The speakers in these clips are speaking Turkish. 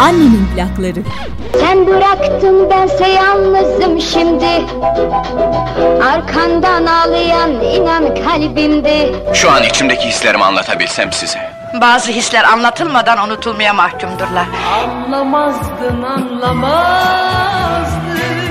Annemin plakları. Sen bıraktın, bense yalnızım şimdi. Arkandan ağlayan inan kalbimde. Şu an içimdeki hislerimi anlatabilsem size. Bazı hisler anlatılmadan unutulmaya mahkumdurlar. Anlamazdın, anlamazdın.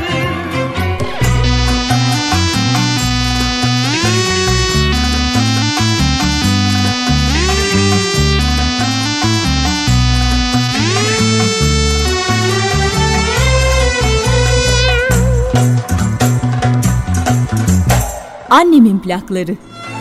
Annemin plakları.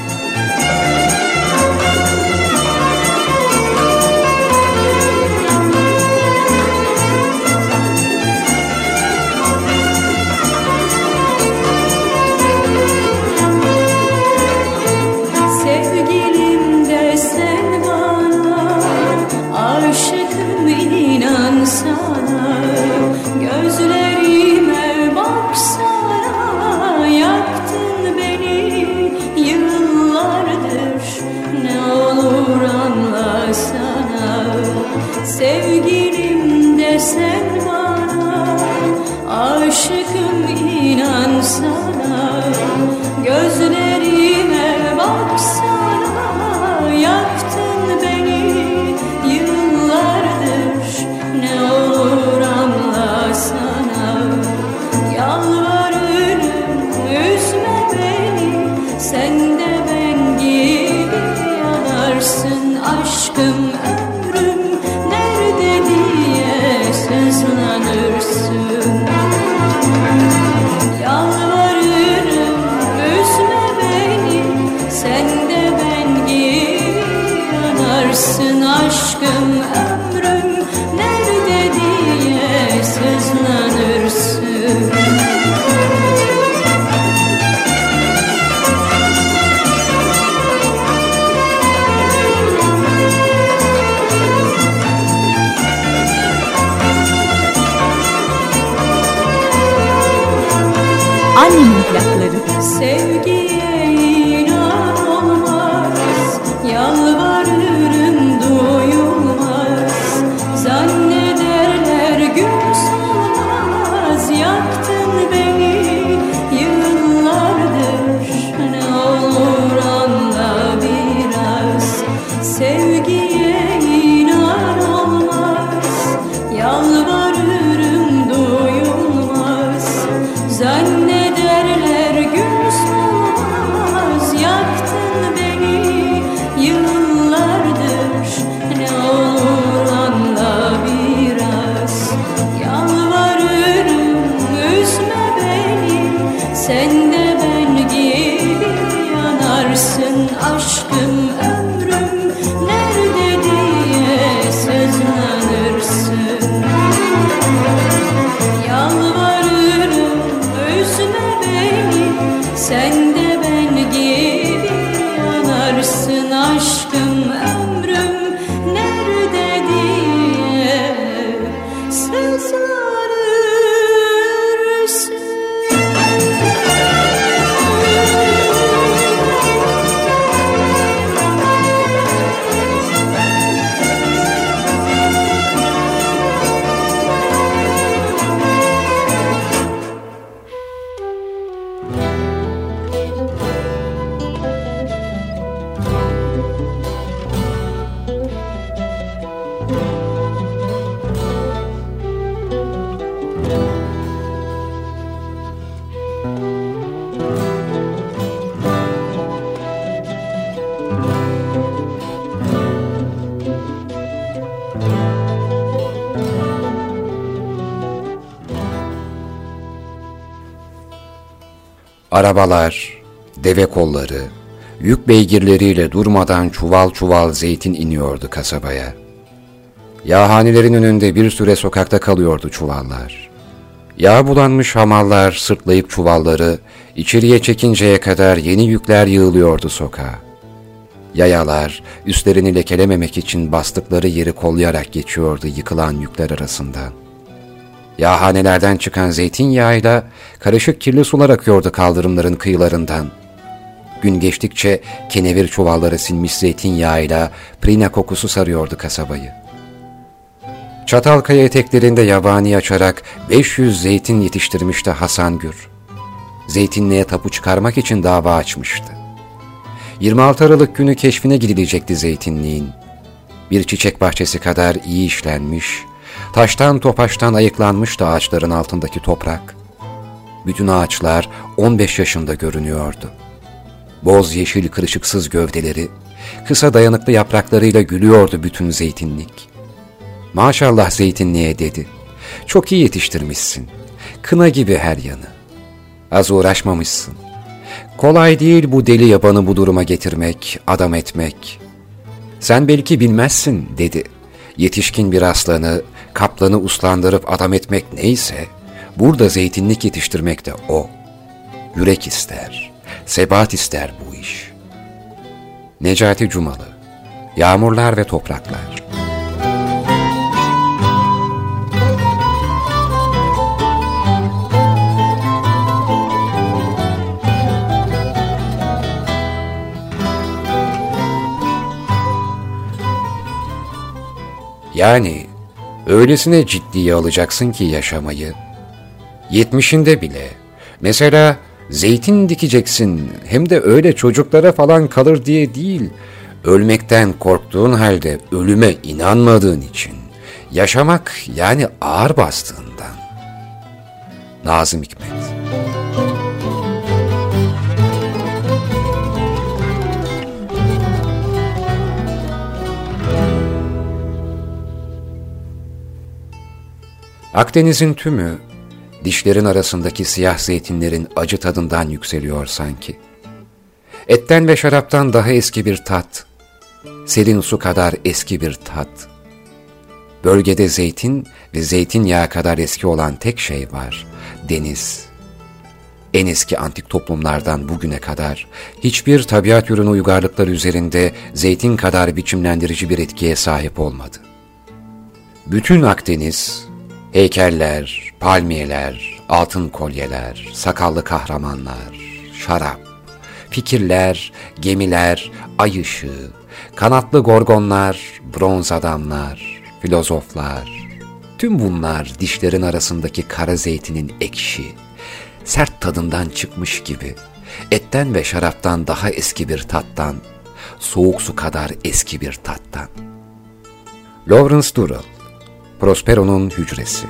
Sevgilim de sen bana, aşıkım inan sana. Gözlerime baksana, yaktın beni yıllardır. Ne olur anlasana. Sevgilim de sen bana, aşıkım inan sana. Gözlerime baksana, yaktın beni yıllardır. Ne olur anlasana. Yalvarırım, üzme beni. Sen de ben gibi yanarsın. Aşkım, ömrüm nerede diye sızlanırsın. Yalvarırım, üzme beni. Sen de ben gibi yanarsın. Aşkım, ömrüm nerede diye sızlanırsın. Annemin plakları. Sevgiye inan olmaz, yalvarırım duyulmaz. Zannederler gün solmaz, yaktın beni yıllardır. Ne olur anla biraz. Sevgiye inan olmaz, yalvarırım duyulmaz. Zannederler gün solmaz, yaktın beni yıllardır. Ne olur anla biraz. Yalvarırım, üzme beni. Sen de ben gibi yanarsın. Aşkım, ömrüm nerede diye sızlanırsın. Yalvarırım, üzme beni. Sen de ben gibi yanarsın. Aşkım, ömrüm nerede diye sızlanırsın. Arabalar, deve kolları, yük beygirleriyle durmadan çuval çuval zeytin iniyordu kasabaya. Yağhanelerin önünde bir süre sokakta kalıyordu çuvallar. Yağ bulanmış hamallar sırtlayıp çuvalları içeriye çekinceye kadar yeni yükler yığılıyordu sokağa. Yayalar üstlerini lekelememek için bastıkları yeri kollayarak geçiyordu yıkılan yükler arasından. Yağhanelerden çıkan zeytinyağıyla karışık kirli sular akıyordu kaldırımların kıyılarından. Gün geçtikçe kenevir çuvalları sinmiş zeytinyağıyla prina kokusu sarıyordu kasabayı. Çatalkaya eteklerinde yabani açarak 500 zeytin yetiştirmişti Hasan Gür. Zeytinliğe tapu çıkarmak için dava açmıştı. 26 Aralık günü keşfine gidilecekti zeytinliğin. Bir çiçek bahçesi kadar iyi işlenmiş, taştan topaçtan ayıklanmıştı ağaçların altındaki toprak. Bütün ağaçlar 15 yaşında görünüyordu. Boz yeşil kırışıksız gövdeleri, kısa dayanıklı yapraklarıyla gülüyordu bütün zeytinlik. Maşallah zeytinliğe dedi. Çok iyi yetiştirmişsin. Kına gibi her yanı. Az uğraşmamışsın. Kolay değil bu deli yabanı bu duruma getirmek, adam etmek. Sen belki bilmezsin dedi. Yetişkin bir aslanı, kaplanı uslandırıp adam etmek neyse, burada zeytinlik yetiştirmek de o. Yürek ister, sebat ister bu iş. Necati Cumalı, Yağmurlar ve Topraklar. Yani öylesine ciddiye alacaksın ki yaşamayı. 70'inde bile mesela zeytin dikeceksin, hem de öyle çocuklara falan kalır diye değil, ölmekten korktuğun halde ölüme inanmadığın için, yaşamak yani ağır bastığından. Nazım Hikmet. Akdeniz'in tümü, dişlerin arasındaki siyah zeytinlerin acı tadından yükseliyor sanki. Etten ve şaraptan daha eski bir tat, serin su kadar eski bir tat. Bölgede zeytin ve zeytinyağı kadar eski olan tek şey var, deniz. En eski antik toplumlardan bugüne kadar hiçbir tabiat ürünü uygarlıkları üzerinde zeytin kadar biçimlendirici bir etkiye sahip olmadı. Bütün Akdeniz, heykeller, palmiyeler, altın kolyeler, sakallı kahramanlar, şarap, fikirler, gemiler, ay ışığı, kanatlı gorgonlar, bronz adamlar, filozoflar, tüm bunlar dişlerin arasındaki kara zeytinin ekşi, sert tadından çıkmış gibi, etten ve şaraptan daha eski bir tattan, soğuk su kadar eski bir tattan. Lawrence Durrell, Prospero'nun Hücresi.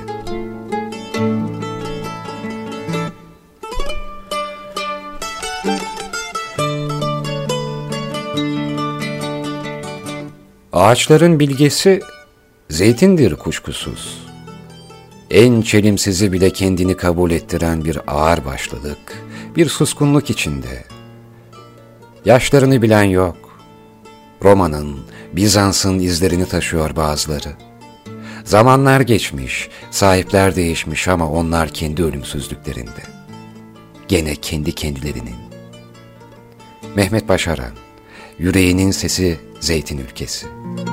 Ağaçların bilgesi zeytindir kuşkusuz. En çelimsizi bile kendini kabul ettiren bir ağırbaşlılık, bir suskunluk içinde. Yaşlarını bilen yok. Roma'nın, Bizans'ın izlerini taşıyor bazıları. Zamanlar geçmiş, sahipler değişmiş ama onlar kendi ölümsüzlüklerinde. Gene kendi kendilerinin. Mehmet Başaran, Yüreğinin Sesi, Zeytin Ülkesi.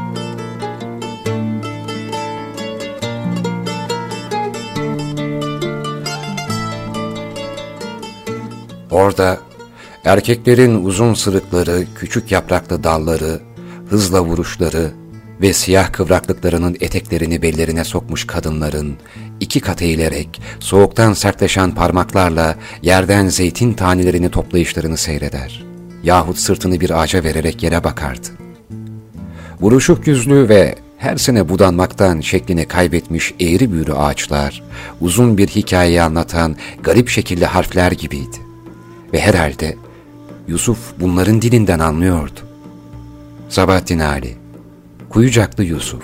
Orada erkeklerin uzun sırıkları, küçük yapraklı dalları, hızla vuruşları ve siyah kıvraklıklarının eteklerini bellerine sokmuş kadınların iki kat eğilerek soğuktan sertleşen parmaklarla yerden zeytin tanelerini toplayışlarını seyreder. Yahut sırtını bir ağaca vererek yere bakardı. Buruşuk yüzlü ve her sene budanmaktan şeklini kaybetmiş eğri büğrü ağaçlar, uzun bir hikayeyi anlatan garip şekilli harfler gibiydi. Ve herhalde Yusuf bunların dilinden anlıyordu. Sabahattin Ali, Kuyucaklı Yusuf.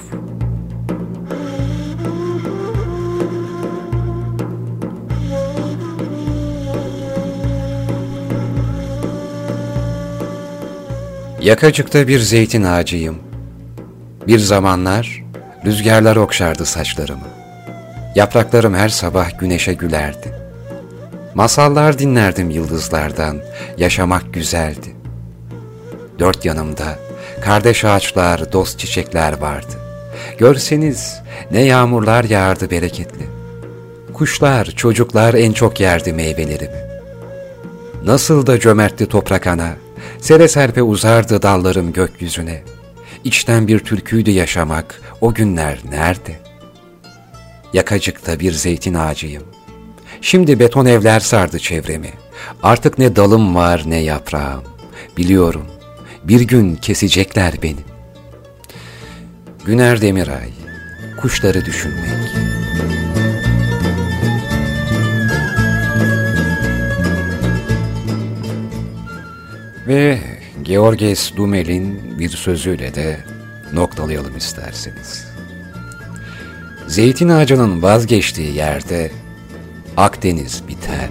Yakacıkta bir zeytin ağacıyım. Bir zamanlar rüzgarlar okşardı saçlarımı. Yapraklarım her sabah güneşe gülerdi. Masallar dinlerdim yıldızlardan, yaşamak güzeldi. Dört yanımda kardeş ağaçlar, dost çiçekler vardı. Görseniz ne yağmurlar yağardı bereketli. Kuşlar, çocuklar en çok yerdi meyvelerimi. Nasıl da cömertti toprak ana, sere serpe uzardı dallarım gökyüzüne. İçten bir türküydü yaşamak, o günler nerede? yakacıkta bir zeytin ağacıyım. Şimdi beton evler sardı çevremi. Artık ne dalım var ne yaprağım. Biliyorum, bir gün kesecekler beni. Güner Demiray, Kuşları Düşünmek. Ve Georges Dumel'in bir sözüyle de noktalayalım isterseniz. Zeytin ağacının vazgeçtiği yerde Akdeniz biter.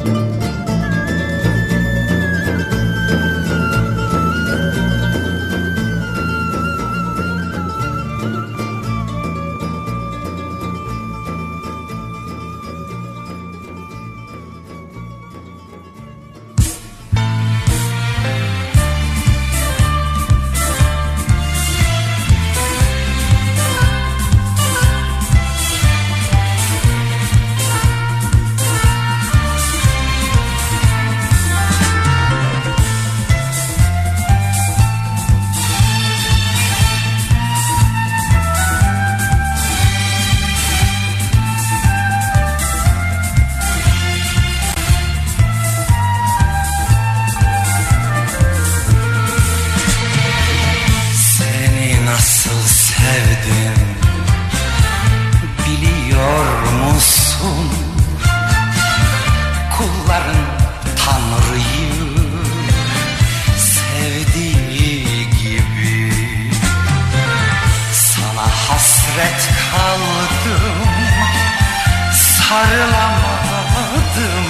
Sarılamadım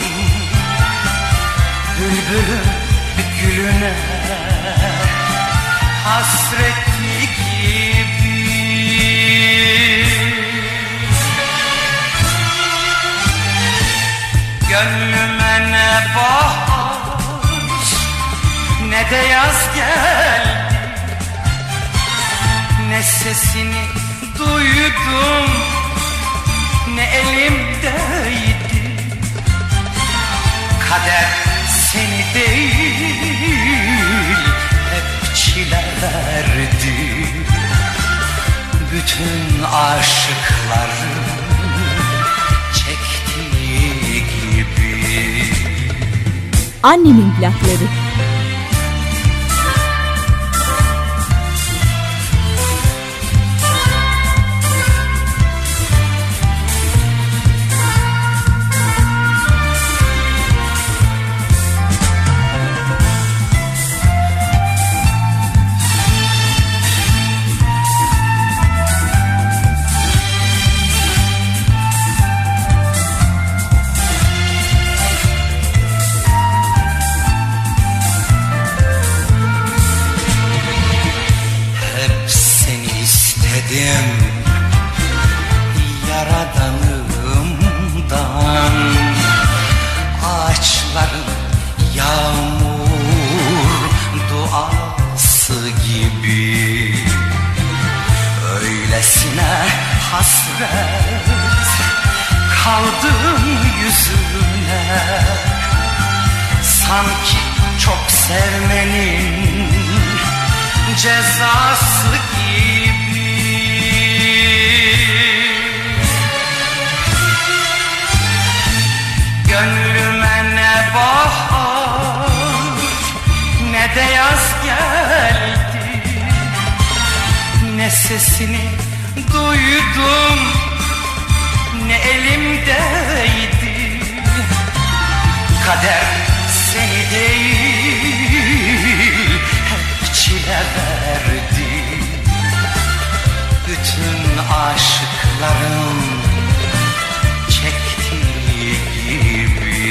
bülbülün gülüne hasretli gibi. Gönlüme ne bahar ne de yaz geldi, ne sesini duydum ne elimdeydi. Kader seni değil hep çile verdi. Bütün aşıkların çektiği gibi. Annemin plakları. Yaradanımdan ağaçların yağmur duası gibi. Öylesine hasret kaldım yüzüne, sanki çok sevmenin cezası gibi. Gönlüme ne bahar ne de yaz geldi, ne sesini duydum ne elimdeydi. Kader seni değil hep çile verdi. Bütün aşıkların çektiği gibi.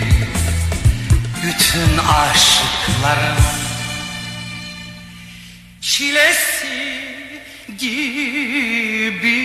Bütün aşıkların çilesi gibi.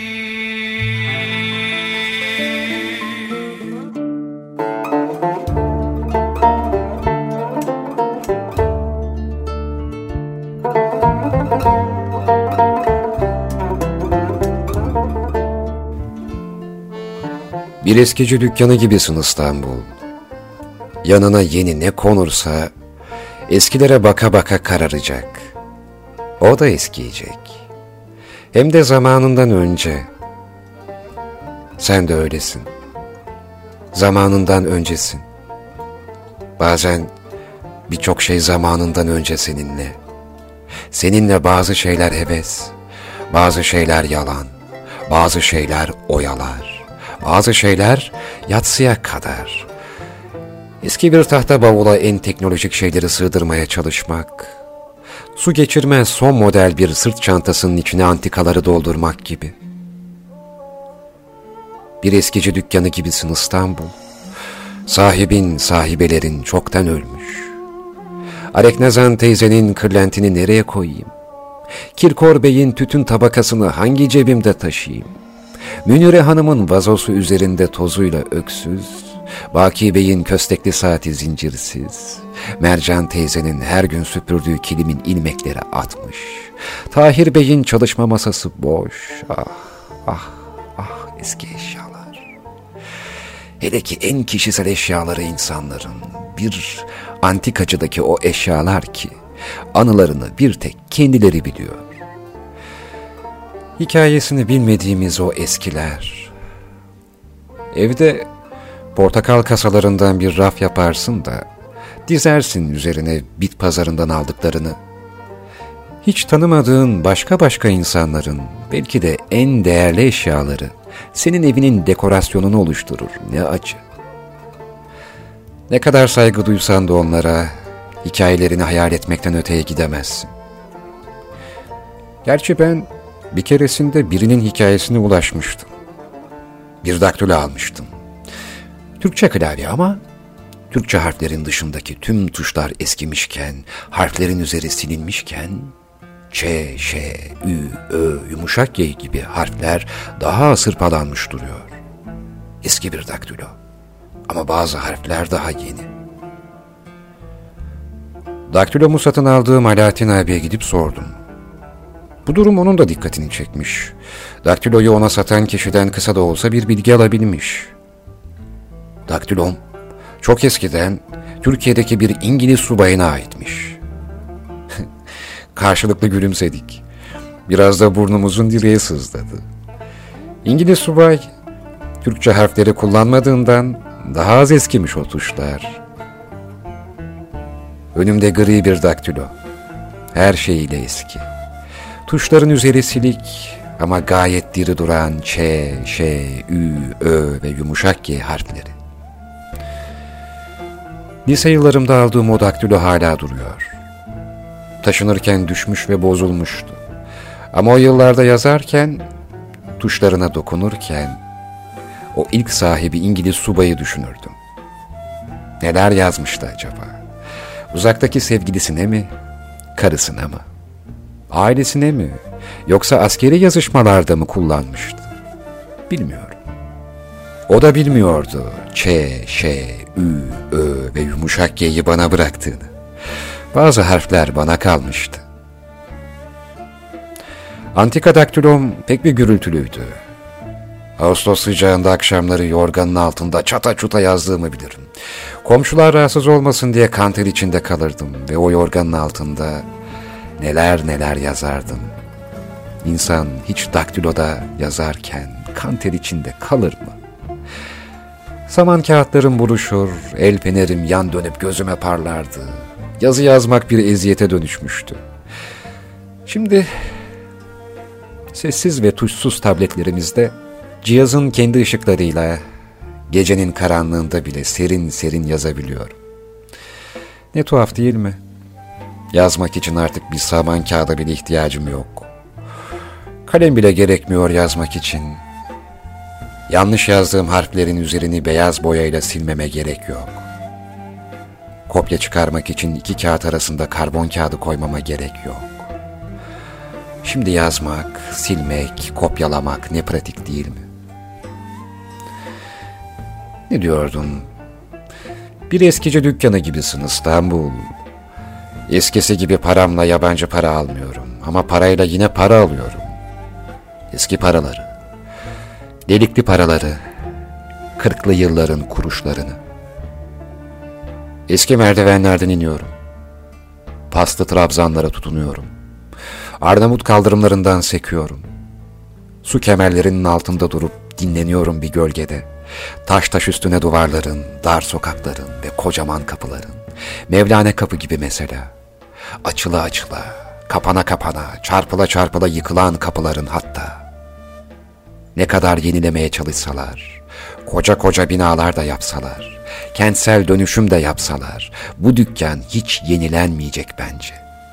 Bir eskici dükkanı gibisin İstanbul. Yanına yeni ne konursa eskilere baka baka kararacak. O da eskiyecek. Hem de zamanından önce. Sen de öylesin. Zamanından öncesin. Bazen birçok şey zamanından önce seninle. Seninle bazı şeyler heves, bazı şeyler yalan, bazı şeyler oyalar, bazı şeyler yatsıya kadar. Eski bir tahta bavula en teknolojik şeyleri sığdırmaya çalışmak, su geçirmez son model bir sırt çantasının içine antikaları doldurmak gibi. Bir eskici dükkanı gibisin İstanbul. Sahibin, sahibelerin çoktan ölmüş. Areknazan teyzenin kırlentini nereye koyayım? Kirkor Bey'in tütün tabakasını hangi cebimde taşıyayım? Münire Hanım'ın vazosu üzerinde tozuyla öksüz, Baki Bey'in köstekli saati zincirsiz, Mercan teyzenin her gün süpürdüğü kilimin ilmekleri atmış, Tahir Bey'in çalışma masası boş, ah eski eşyalar. Hele ki en kişisel eşyaları insanların, bir antikacıdaki o eşyalar ki anılarını bir tek kendileri biliyor. Hikayesini bilmediğimiz o eskiler. Evde portakal kasalarından bir raf yaparsın da dizersin üzerine bit pazarından aldıklarını. Hiç tanımadığın başka insanların belki de en değerli eşyaları senin evinin dekorasyonunu oluşturur. Ne acı. Ne kadar saygı duysan da onlara, hikayelerini hayal etmekten öteye gidemezsin. Gerçi ben bir keresinde birinin hikayesine ulaşmıştım. Bir daktilo almıştım. Türkçe klavye ama Türkçe harflerin dışındaki tüm tuşlar eskimişken, harflerin üzeri silinmişken, Ç, Ş, Ü, Ö, yumuşak G gibi harfler daha sırpalanmış duruyor. Eski bir daktilo. Ama bazı harfler daha yeni. Daktilomu satın aldığım Alaaddin abiye gidip sordum. Bu durum onun da dikkatini çekmiş. Daktiloyu ona satan kişiden kısa da olsa bir bilgi alabilmiş. Daktilom çok eskiden Türkiye'deki bir İngiliz subayına aitmiş. Karşılıklı gülümsedik. Biraz da burnumuzun direği sızladı. İngiliz subay Türkçe harfleri kullanmadığından daha az eskimiş o tuşlar. Önümde gri bir daktilo. Her şeyiyle eski. Tuşların üzeri silik ama gayet diri duran Ç, Ş, Ü, Ö ve yumuşak G harfleri. Lise yıllarımda aldığım o daktilo hala duruyor. Taşınırken düşmüş ve bozulmuştu. Ama o yıllarda yazarken, tuşlarına dokunurken, o ilk sahibi İngiliz subayı düşünürdüm. Neler yazmıştı acaba? Uzaktaki sevgilisine mi? Karısına mı? Ailesine mi? Yoksa askeri yazışmalarda mı kullanmıştı? Bilmiyorum. O da bilmiyordu Ç, Ş, Ü, Ö ve yumuşak G'yi bana bıraktığını. Bazı harfler bana kalmıştı. Antika daktilom pek bir gürültülüydü. Ağustos sıcağında akşamları yorganın altında çata çuta yazdığımı bilirim. Komşular rahatsız olmasın diye kanter içinde kalırdım ve o yorganın altında neler yazardım. İnsan hiç daktiloda yazarken kanter içinde kalır mı? Saman kağıtlarım buruşur, el fenerim yan dönüp gözüme parlardı. Yazı yazmak bir eziyete dönüşmüştü. Şimdi sessiz ve tuşsuz tabletlerimizde cihazın kendi ışıklarıyla gecenin karanlığında bile serin serin yazabiliyorum. Ne tuhaf değil mi? Yazmak için artık bir saman kağıda bile ihtiyacım yok. Kalem bile gerekmiyor yazmak için. Yanlış yazdığım harflerin üzerini beyaz boyayla silmeme gerek yok. Kopya çıkarmak için iki kağıt arasında karbon kağıdı koymama gerek yok. Şimdi yazmak, silmek, kopyalamak ne pratik değil mi? Ne diyordun? Bir eskici dükkanı gibisin İstanbul. Eskisi gibi paramla yabancı para almıyorum. Ama parayla yine para alıyorum. Eski paraları, delikli paraları, 40'lı yılların kuruşlarını. Eski merdivenlerden iniyorum. Paslı trabzanlara tutunuyorum. Arnavut kaldırımlarından sekiyorum. Su kemerlerinin altında durup dinleniyorum bir gölgede. Taş taş üstüne duvarların, dar sokakların ve kocaman kapıların. Mevlane kapı gibi mesela. Açıla açıla, kapana kapana, çarpıla çarpıla yıkılan kapıların hatta. Ne kadar yenilemeye çalışsalar, koca koca binalar da yapsalar, kentsel dönüşüm de yapsalar, bu dükkan hiç yenilenmeyecek bence.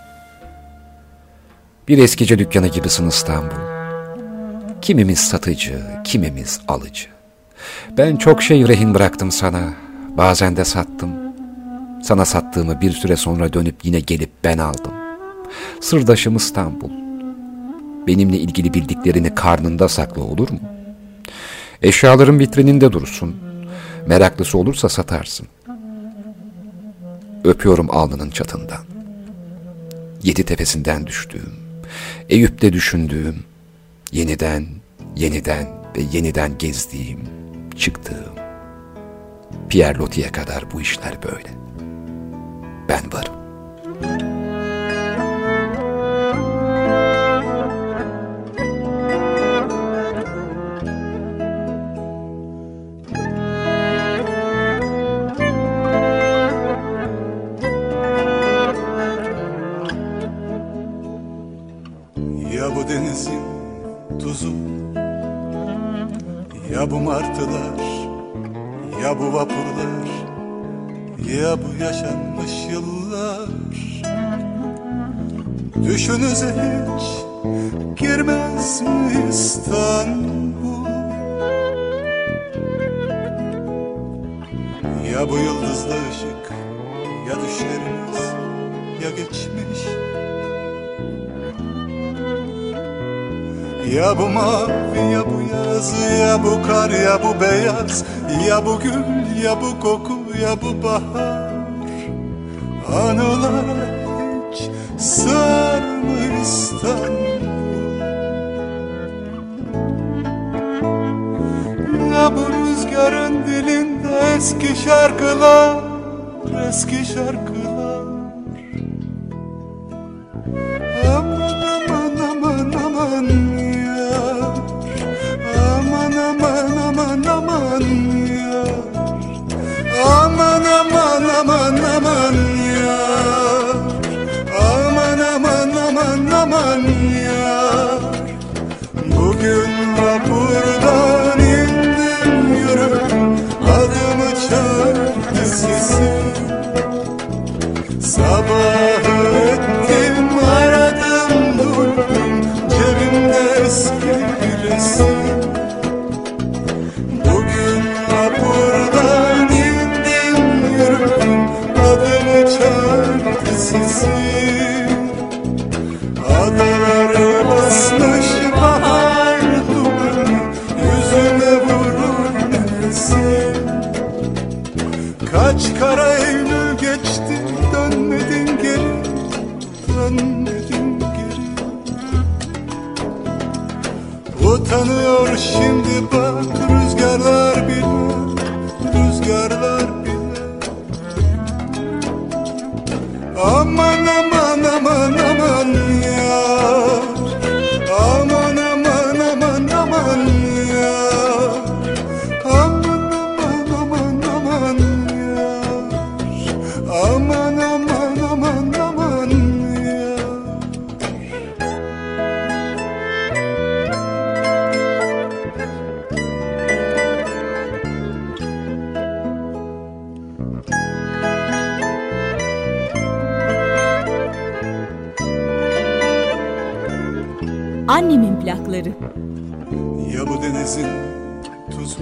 Bir eskici dükkanı gibisin İstanbul. Kimimiz satıcı, kimimiz alıcı. Ben çok şey rehin bıraktım sana, bazen de sattım. Sana sattığımı bir süre sonra dönüp yine gelip ben aldım. Sırdaşım İstanbul. Benimle ilgili bildiklerini karnında sakla, olur mu? Eşyaların vitrininde dursun. Meraklısı olursa satarsın. Öpüyorum alnının çatından. Yeditepe'sinden düştüğüm, Eyüp'te düşündüğüm, yeniden ve yeniden gezdiğim, çıktığım. Pierre Loti'ye kadar bu işler böyle. Ben varım. Ya bu denizin tuzu, ya bu martılar, ya bu vapurlar, ya bu yaşanmış yıllar. Düşünüze hiç girmez mi İstanbul? Ya bu yıldızlı ışık, ya düşlerimiz, ya geçmiş. Ya bu mavi, ya bu yaz, ya bu kar, ya bu beyaz, ya bu gül, ya bu koku, ya bu bahar. Anılara hiç sığar mı İstanbul? Ya bu rüzgarın dilinde eski şarkılar, eski şarkılar. Aman aman aman aman yar, aman aman aman aman yar, aman aman aman aman yar, aman aman aman aman yar. Bugün vapurdan indim yürüdüm, adımı çağırdı sesim. Sabahı ettim, aradım durdum, cebimde eski bir resim. Bugün vapurdan indim yürüdüm, adımı çağırdı sesim. Adaları basmış bahar dumanı, yüzüme vurur nefesim. Kaç kara Eylül geçti, dönmedin geri, dönmedin geri. Utanıyor şimdi bak rüzgarlar bile, rüzgarlar bile. Aman aman aman aman yar, aman aman aman aman yar, aman aman aman aman yar, aman aman aman aman yar. Annemin plakları. Ya bu denizin tuzu,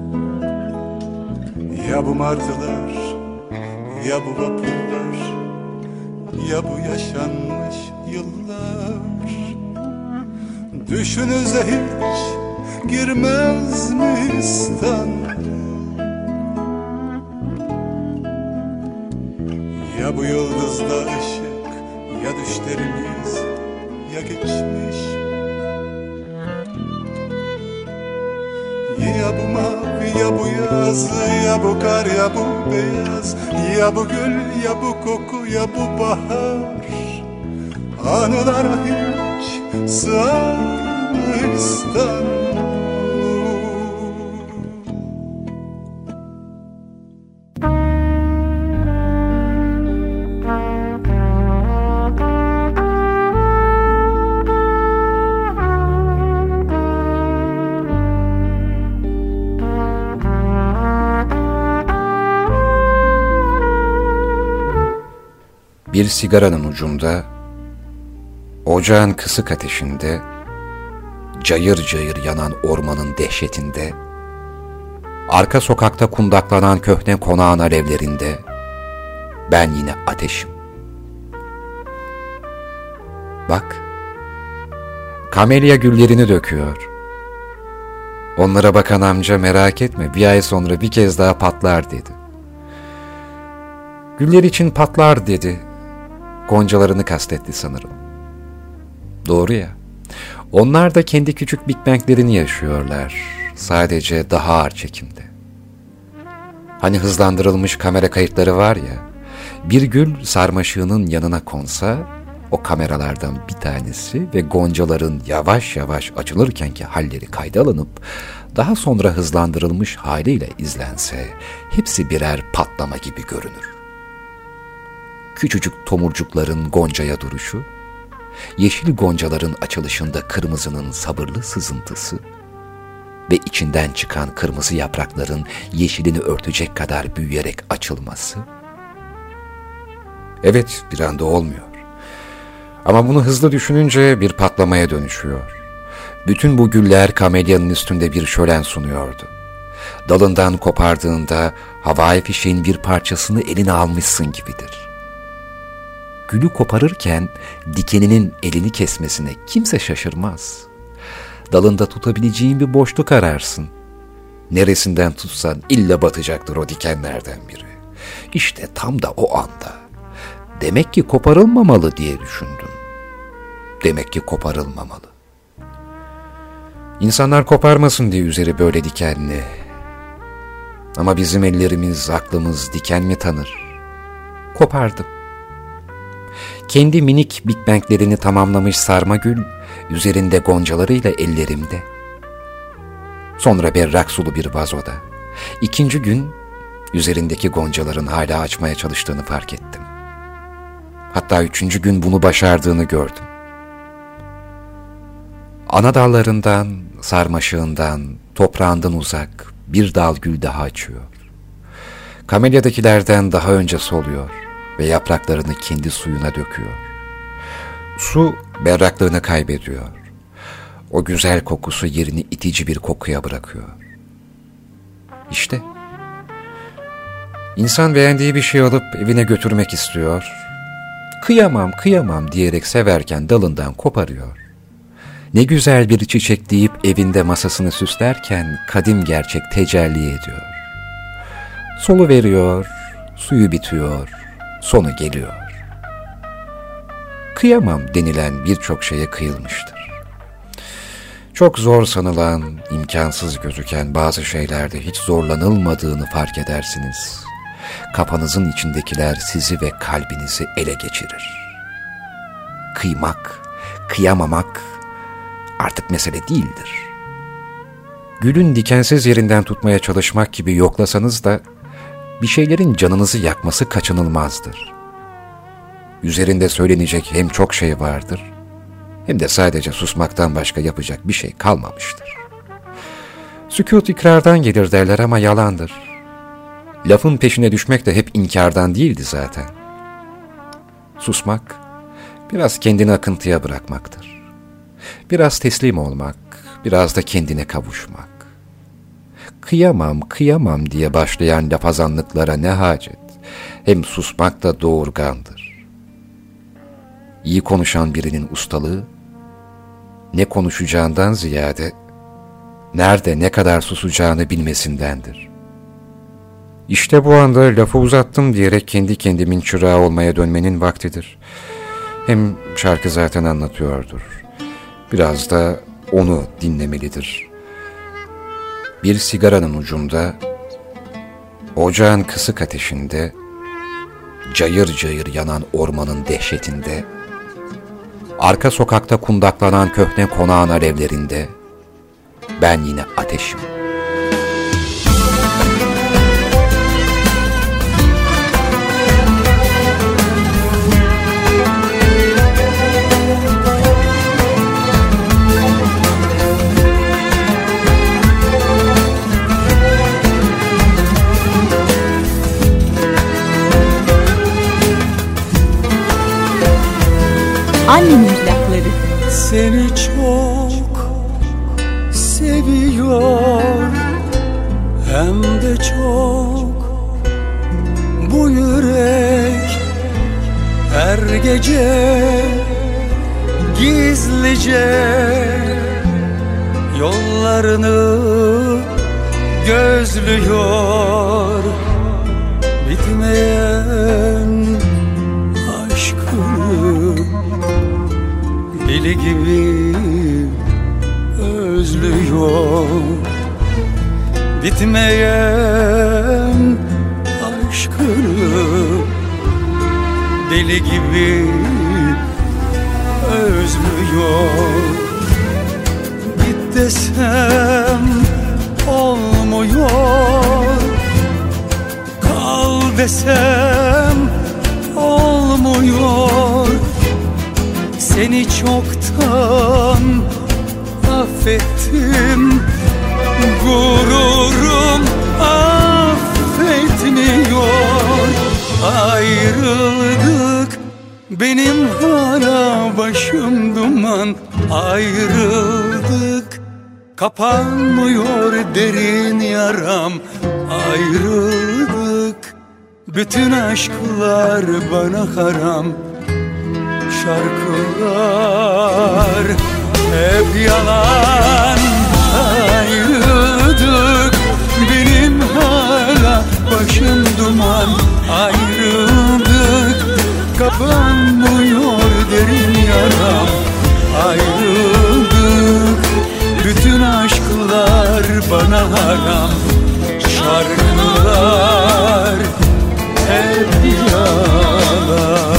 ya bu martılar, ya bu vapurlar, ya bu yaşanmış yıllar. Düşünüze hiç girmez mi İstanbul? Ya bu yıldızda ışık, ya düşlerimiz, ya geçmiş. Ya bu mavi, ya bu yaz, ya bu kar, ya bu beyaz, ya bu gül, ya bu koku, ya bu bahar. Anılara hiç sığar mı İstanbul? bir sigaranın ucunda, ocağın kısık ateşinde, cayır cayır yanan ormanın dehşetinde, arka sokakta kundaklanan köhne konağın alevlerinde, ben yine ateşim. Bak, kamelya güllerini döküyor. Onlara bakan amca merak etme, bir ay sonra bir kez daha patlar dedi. Güller için patlar dedi. Goncalarını kastetti sanırım. Doğru ya. Onlar da kendi küçük Big Bang'lerini yaşıyorlar. Sadece daha ağır çekimde. Hani hızlandırılmış kamera kayıtları var ya, bir gül sarmaşığının yanına konsa, o kameralardan bir tanesi ve goncaların yavaş yavaş açılırkenki halleri kayda alınıp, daha sonra hızlandırılmış haliyle izlense, hepsi birer patlama gibi görünür. Küçücük tomurcukların goncaya duruşu, yeşil goncaların açılışında kırmızının sabırlı sızıntısı ve içinden çıkan kırmızı yaprakların yeşilini örtecek kadar büyüyerek açılması. Evet, bir anda olmuyor. Ama bunu hızlı düşününce bir patlamaya dönüşüyor. Bütün bu güller kamelyanın üstünde bir şölen sunuyordu. Dalından kopardığında havai fişeğin bir parçasını eline almışsın gibidir. Gülü koparırken dikeninin elini kesmesine kimse şaşırmaz. Dalında tutabileceğin bir boşluk ararsın. Neresinden tutsan illa batacaktır o dikenlerden biri. İşte tam da o anda, demek ki koparılmamalı diye düşündüm. Demek ki koparılmamalı. İnsanlar koparmasın diye üzeri böyle dikenli. Ama bizim ellerimiz, aklımız diken mi tanır? Kopardım. Kendi minik Big Bang'lerini tamamlamış sarma gül, üzerinde goncalarıyla ellerimde. Sonra berrak sulu bir vazoda. İkinci gün, üzerindeki goncaların hala açmaya çalıştığını fark ettim. Hatta üçüncü gün bunu başardığını gördüm. Ana dallarından, sarmaşığından, toprağından uzak bir dal gül daha açıyor. Kamelyadakilerden daha önce soluyor ve yapraklarını kendi suyuna döküyor. Su berraklığını kaybediyor. O güzel kokusu yerini itici bir kokuya bırakıyor. İşte, insan beğendiği bir şey alıp evine götürmek istiyor. Kıyamam, kıyamam diyerek severken dalından koparıyor. Ne güzel bir çiçek deyip evinde masasını süslerken kadim gerçek tecelli ediyor. Solu veriyor, suyu bitiyor, sonu geliyor. Kıyamam denilen birçok şeye kıyılmıştır. Çok zor sanılan, imkansız gözüken bazı şeylerde hiç zorlanılmadığını fark edersiniz. Kafanızın içindekiler sizi ve kalbinizi ele geçirir. Kıymak, kıyamamak artık mesele değildir. Gülün dikensiz yerinden tutmaya çalışmak gibi yoklasanız da bir şeylerin canınızı yakması kaçınılmazdır. Üzerinde söylenecek hem çok şey vardır, hem de sadece susmaktan başka yapacak bir şey kalmamıştır. Sükût ikrardan gelir derler ama yalandır. Lafın peşine düşmek de hep inkardan değildi zaten. Susmak, biraz kendini akıntıya bırakmaktır. Biraz teslim olmak, biraz da kendine kavuşmak. Kıyamam, kıyamam diye başlayan lafazanlıklara ne hacet, hem susmak da doğurgandır. İyi konuşan birinin ustalığı, ne konuşacağından ziyade, nerede ne kadar susacağını bilmesindendir. İşte bu anda lafı uzattım diyerek kendi kendimin çırağı olmaya dönmenin vaktidir. Hem şarkı zaten anlatıyordur. Biraz da onu dinlemelidir. Bir sigaranın ucunda, ocağın kısık ateşinde, cayır cayır yanan ormanın dehşetinde, arka sokakta kundaklanan köhne konağın alevlerinde, ben yine ateşim. Annemin plakları. Seni çok seviyor, hem de çok bu yürek. Her gece gizlice yollarını gözlüyor. Bitmeyen aşkını deli gibi özlüyor. Bitmeyen aşkını deli gibi özlüyor. Git desem olmuyor, kal desem olmuyor. Seni çoktan affettim, gururum affetmiyor. Ayrıldık, benim hala başım duman. Ayrıldık, kapanmıyor derin yaram. Ayrıldık, bütün aşklar bana haram. Şarkılar hep yalan. Ayrıldık, benim hala başım duman. Ayrıldık, kapanmıyor derin yaram. Ayrıldık, bütün aşklar bana haram. Şarkılar hep yalan.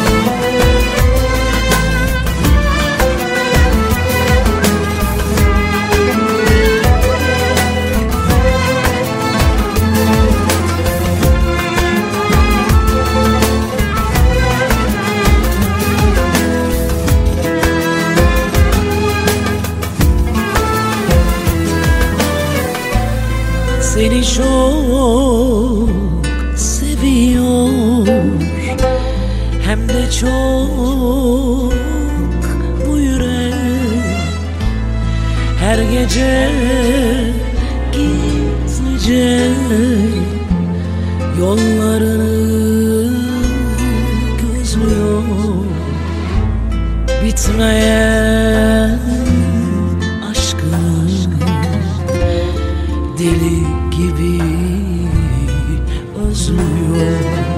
Seni çok seviyor, hem de çok bu yürek. Her gece gizlice yollarını gözlüyor. Bitmeyen aşkını deli gibi özlüyor.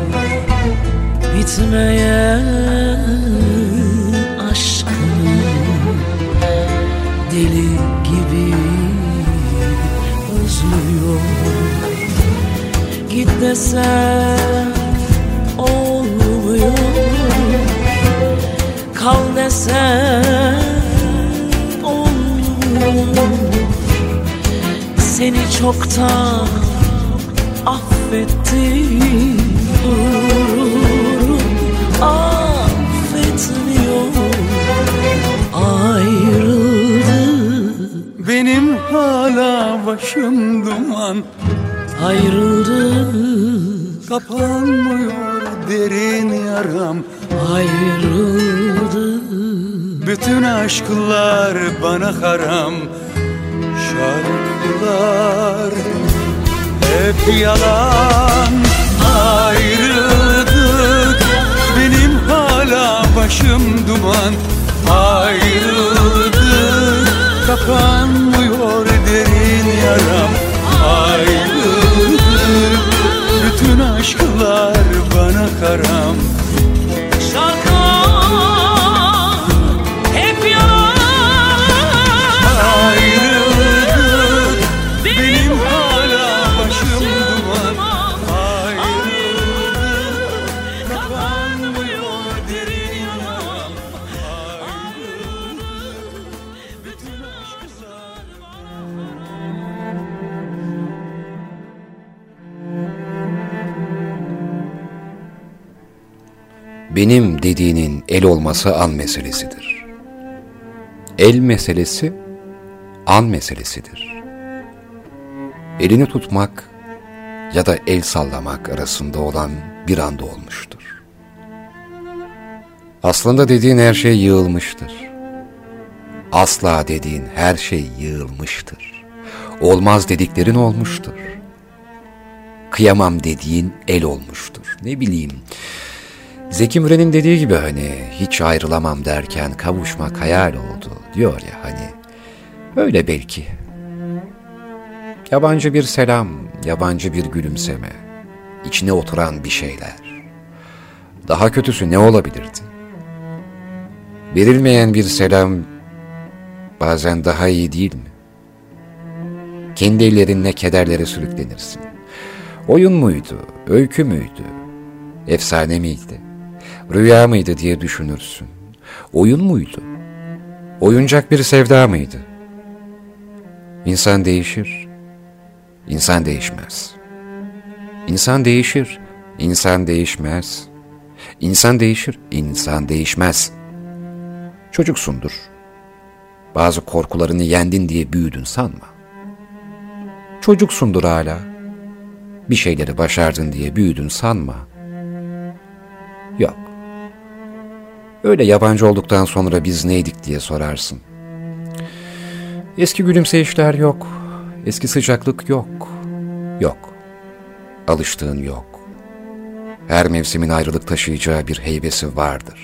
Bitmeyen aşkını deli gibi özlüyor. Git desem olmuyor, kal desem olmuyor. Seni çoktan affettim, affetmiyor. Ayrıldık, benim hala başım duman. ayrıldık, kapanmıyor derin yaram. ayrıldık. Bütün aşklar bana haram. Şarkılar hep yalan. Ayrıldık, benim hala başım duman. Ayrıldık, kapanmıyor derin yaram. Ayrıldık, bütün aşklar bana haram. Şarkılar hep yalan. Ayrıldık, benim hala başım duman. Ayrıldık, kapanmıyor derin yaram. Ayrıldık, bütün aşklar. Benim dediğinin el olması an meselesidir. El meselesi an meselesidir. Elini tutmak ya da el sallamak arasında olan bir anda olmuştur. Aslında dediğin her şey yığılmıştır. Asla dediğin her şey yığılmıştır. Olmaz dediklerin olmuştur. Kıyamam dediğin el olmuştur. Ne bileyim, Zeki Müren'in dediği gibi hani hiç ayrılamam derken kavuşmak hayal oldu diyor ya hani. Öyle belki. Yabancı bir selam, yabancı bir gülümseme, içine oturan bir şeyler. Daha kötüsü ne olabilirdi? Verilmeyen bir selam bazen daha iyi değil mi? Kendi ellerinle kederlere sürüklenirsin. Oyun muydu, öykü müydü, efsane miydi, rüya mıydı diye düşünürsün. Oyun muydu, oyuncak bir sevda mıydı? İnsan değişir, insan değişmez. İnsan değişir, insan değişmez. İnsan değişir, insan değişmez. Çocuksundur. Bazı korkularını yendin diye büyüdün sanma. Çocuksundur hala. Bir şeyleri başardın diye büyüdün sanma. Yok. Öyle yabancı olduktan sonra biz neydik diye sorarsın. Eski gülümseyişler yok. Eski sıcaklık yok. Yok. Alıştığın yok. Her mevsimin ayrılık taşıyacağı bir heybesi vardır.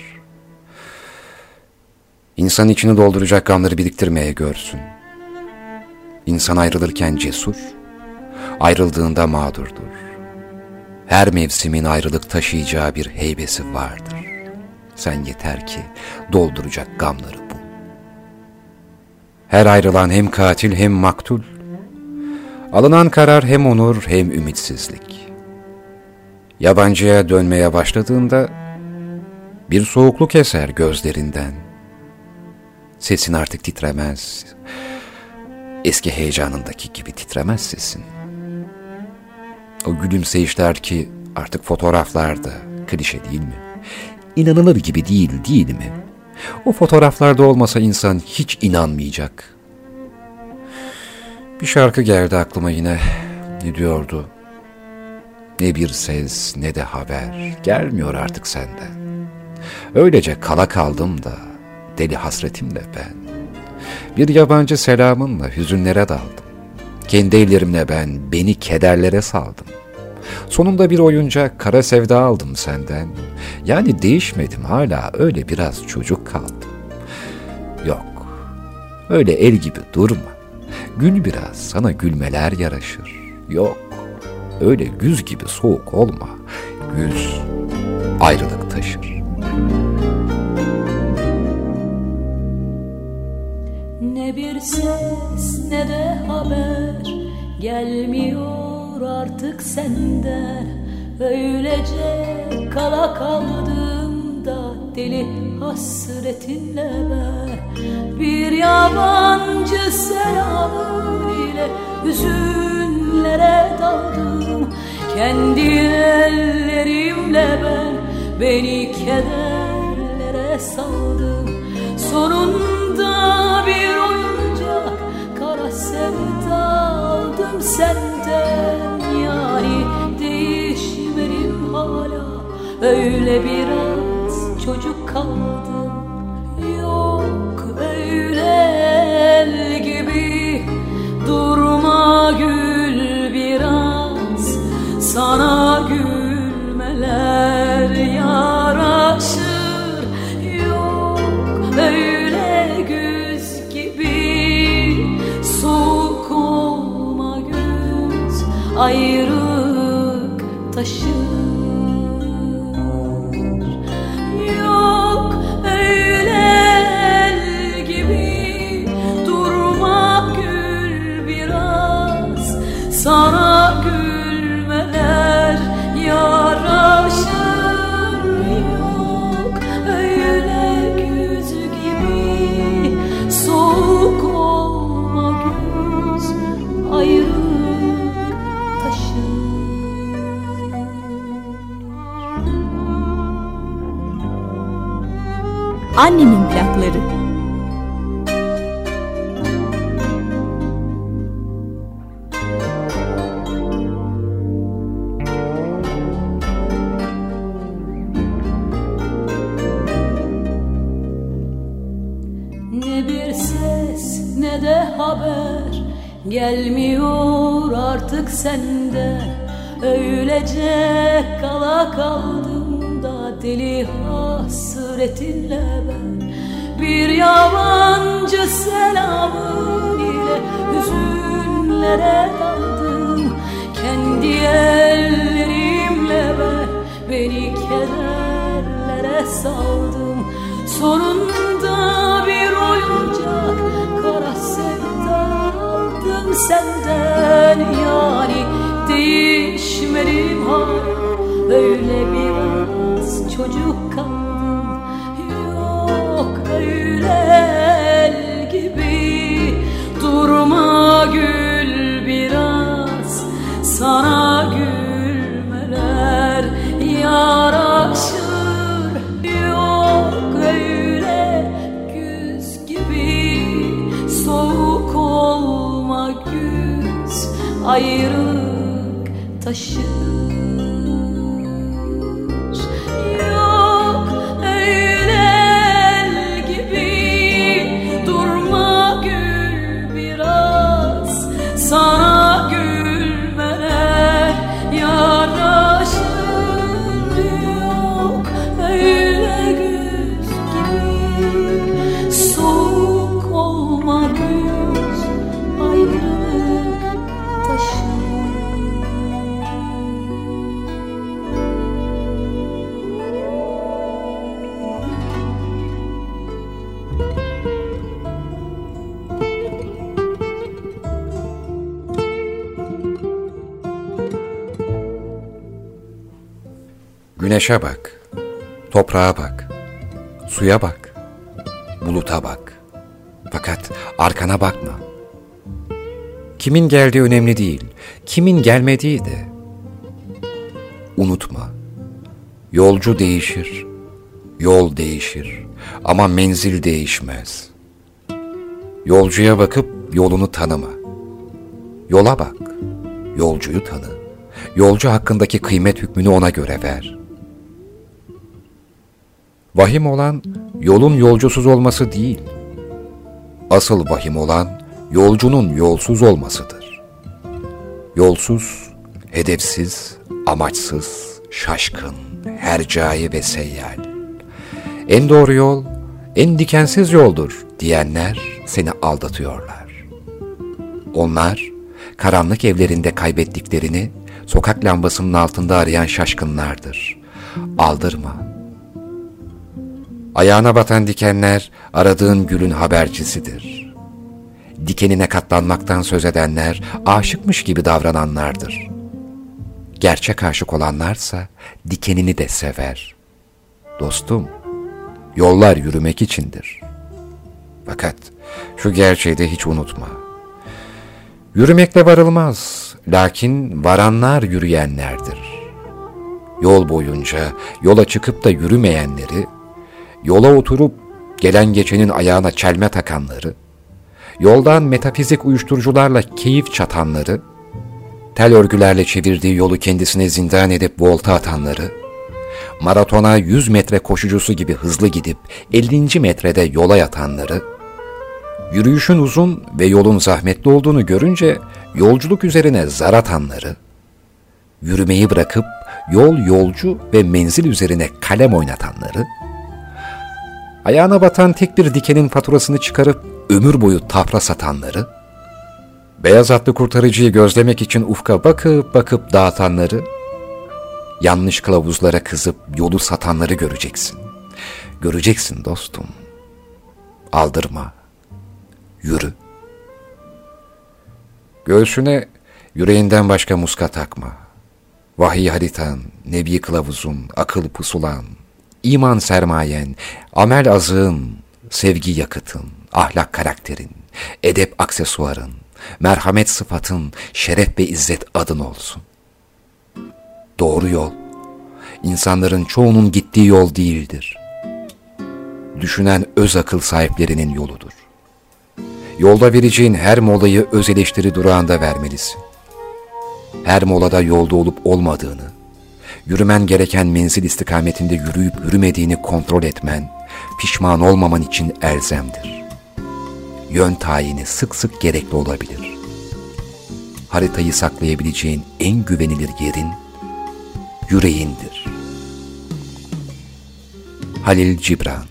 İnsan içini dolduracak gamları biriktirmeye görsün. İnsan ayrılırken cesur, ayrıldığında mağdurdur. Her mevsimin ayrılık taşıyacağı bir heybesi vardır. Sen yeter ki dolduracak gamları bul. Her ayrılan hem katil hem maktul. Alınan karar hem onur hem ümitsizlik. Yabancıya dönmeye başladığında bir soğukluk eser gözlerinden. Sesin artık titremez. Eski heyecanındaki gibi titremez sesin. O gülümseyişler ki artık fotoğraflarda, klişe değil mi? İnanılır gibi değil mi? O fotoğraflarda olmasa insan hiç inanmayacak. Bir şarkı geldi aklıma yine. Ne diyordu? Ne bir ses ne de haber gelmiyor artık senden. Öylece kala kaldım da deli hasretimle ben. Bir yabancı selamınla hüzünlere daldım. Kendi ellerimle ben beni kederlere saldım. Sonunda bir oyuncak kara sevda aldım senden. Yani değişmedim, hala öyle biraz çocuk kaldım. Yok, öyle el gibi durma. Gül biraz, sana gülmeler yaraşır. Yok, öyle güz gibi soğuk olma. Güz ayrılık taşır. Ne bir ses ne de haber gelmiyor artık senden. Öylece kala kaldım da deli hasretinle ben. Bir yabancı selam ile hüzünlere daldım. Kendi ellerimle ben beni kederlere saldım. Sonunda bir oyuncak kara sevda aldım senden. Yani değişmedim hala, öyle biraz çocuk kaldım. Yok öyle el gibi durma, gül biraz, sana gülmeler yaraşır. Yok öyle güz gibi soğuk olma, güz ayrılık taşır. Yok öyle el gibi durma, gül biraz, sana gülmeler yaraşır. Yok öyle güz gibi soğuk olma, güz ayrılık taşır. Annemin plakları. Ne bir ses ne de haber gelmiyor artık senden. Öylece kala kaldım da deli hasretinle ben. Bir yabancı selamın ile hüzünlere daldım. Kendi ellerimle ben beni kederlere saldım. Sonunda bir oyuncak kara sevda aldım senden. Yani değişmedim hala, öyle biraz çocuk kaldım. Yok öyle el gibi durma gül biraz, sana gülmeler yaraşır. Yok öyle güz gibi soğuk olma güz, ayrılık taşır. Yok öyle el gibi durma gül biraz, sana gülmeler yaraşır. Yok öyle güz gibi soğuk olma güz, ayrılık taşır. Güneşe bak, toprağa bak, suya bak, buluta bak. Fakat arkana bakma. Kimin geldiği önemli değil, kimin gelmediği de. Unutma, yolcu değişir, yol değişir ama menzil değişmez. Yolcuya bakıp yolunu tanıma. Yola bak, yolcuyu tanı. Yolcu hakkındaki kıymet hükmünü ona göre ver. Vahim olan yolun yolcusuz olması değil. Asıl vahim olan yolcunun yolsuz olmasıdır. Yolsuz, hedefsiz, amaçsız, şaşkın, hercai ve seyyal. En doğru yol, en dikensiz yoldur diyenler seni aldatıyorlar. Onlar, karanlık evlerinde kaybettiklerini sokak lambasının altında arayan şaşkınlardır. Aldırma. Ayağına batan dikenler aradığın gülün habercisidir. Dikenine katlanmaktan söz edenler aşıkmış gibi davrananlardır. Gerçek aşık olanlarsa dikenini de sever. Dostum, yollar yürümek içindir. Fakat şu gerçeği de hiç unutma. Yürümekle varılmaz, lakin varanlar yürüyenlerdir. Yol boyunca yola çıkıp da yürümeyenleri, yola oturup gelen geçenin ayağına çelme takanları, yoldan metafizik uyuşturucularla keyif çatanları, tel örgülerle çevirdiği yolu kendisine zindan edip volta atanları, maratona 100 metre koşucusu gibi hızlı gidip 50. metrede yola yatanları, yürüyüşün uzun ve yolun zahmetli olduğunu görünce yolculuk üzerine zar atanları, yürümeyi bırakıp yolcu ve menzil üzerine kalem oynatanları, ayağına batan tek bir dikenin faturasını çıkarıp ömür boyu tafra satanları, beyaz atlı kurtarıcıyı gözlemek için ufka bakıp dağıtanları, yanlış kılavuzlara kızıp yolu satanları göreceksin. Göreceksin dostum. Aldırma. Yürü. Göğsüne yüreğinden başka muska takma. Vahiy haritan, nebi kılavuzun, akıl pusulan, iman sermayen, amel azığın, sevgi yakıtın, ahlak karakterin, edep aksesuarın, merhamet sıfatın, şeref ve izzet adın olsun. Doğru yol, insanların çoğunun gittiği yol değildir. Düşünen öz akıl sahiplerinin yoludur. Yolda vereceğin her molayı öz eleştiri durağında vermelisin. Her molada yolda olup olmadığını, yürümen gereken menzil istikametinde yürüyüp yürümediğini kontrol etmen, pişman olmaman için elzemdir. yön tayini sık sık gerekli olabilir. Haritayı saklayabileceğin en güvenilir yerin yüreğindir. Halil Cibran.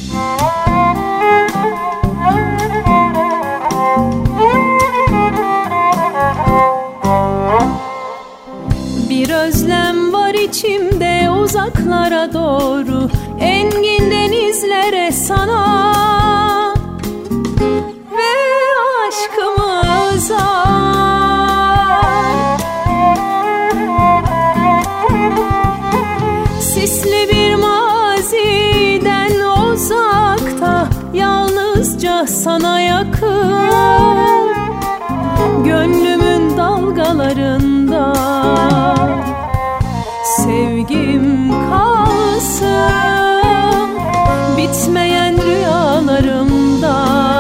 Bir özlem var içimde uzaklara doğru, engin denizlere sana ve aşkımıza. Sisli bir maziden uzakta, yalnızca sana yakın, gönlümün dalgalarında sevgim kalsın, bitmeyen rüyalarımda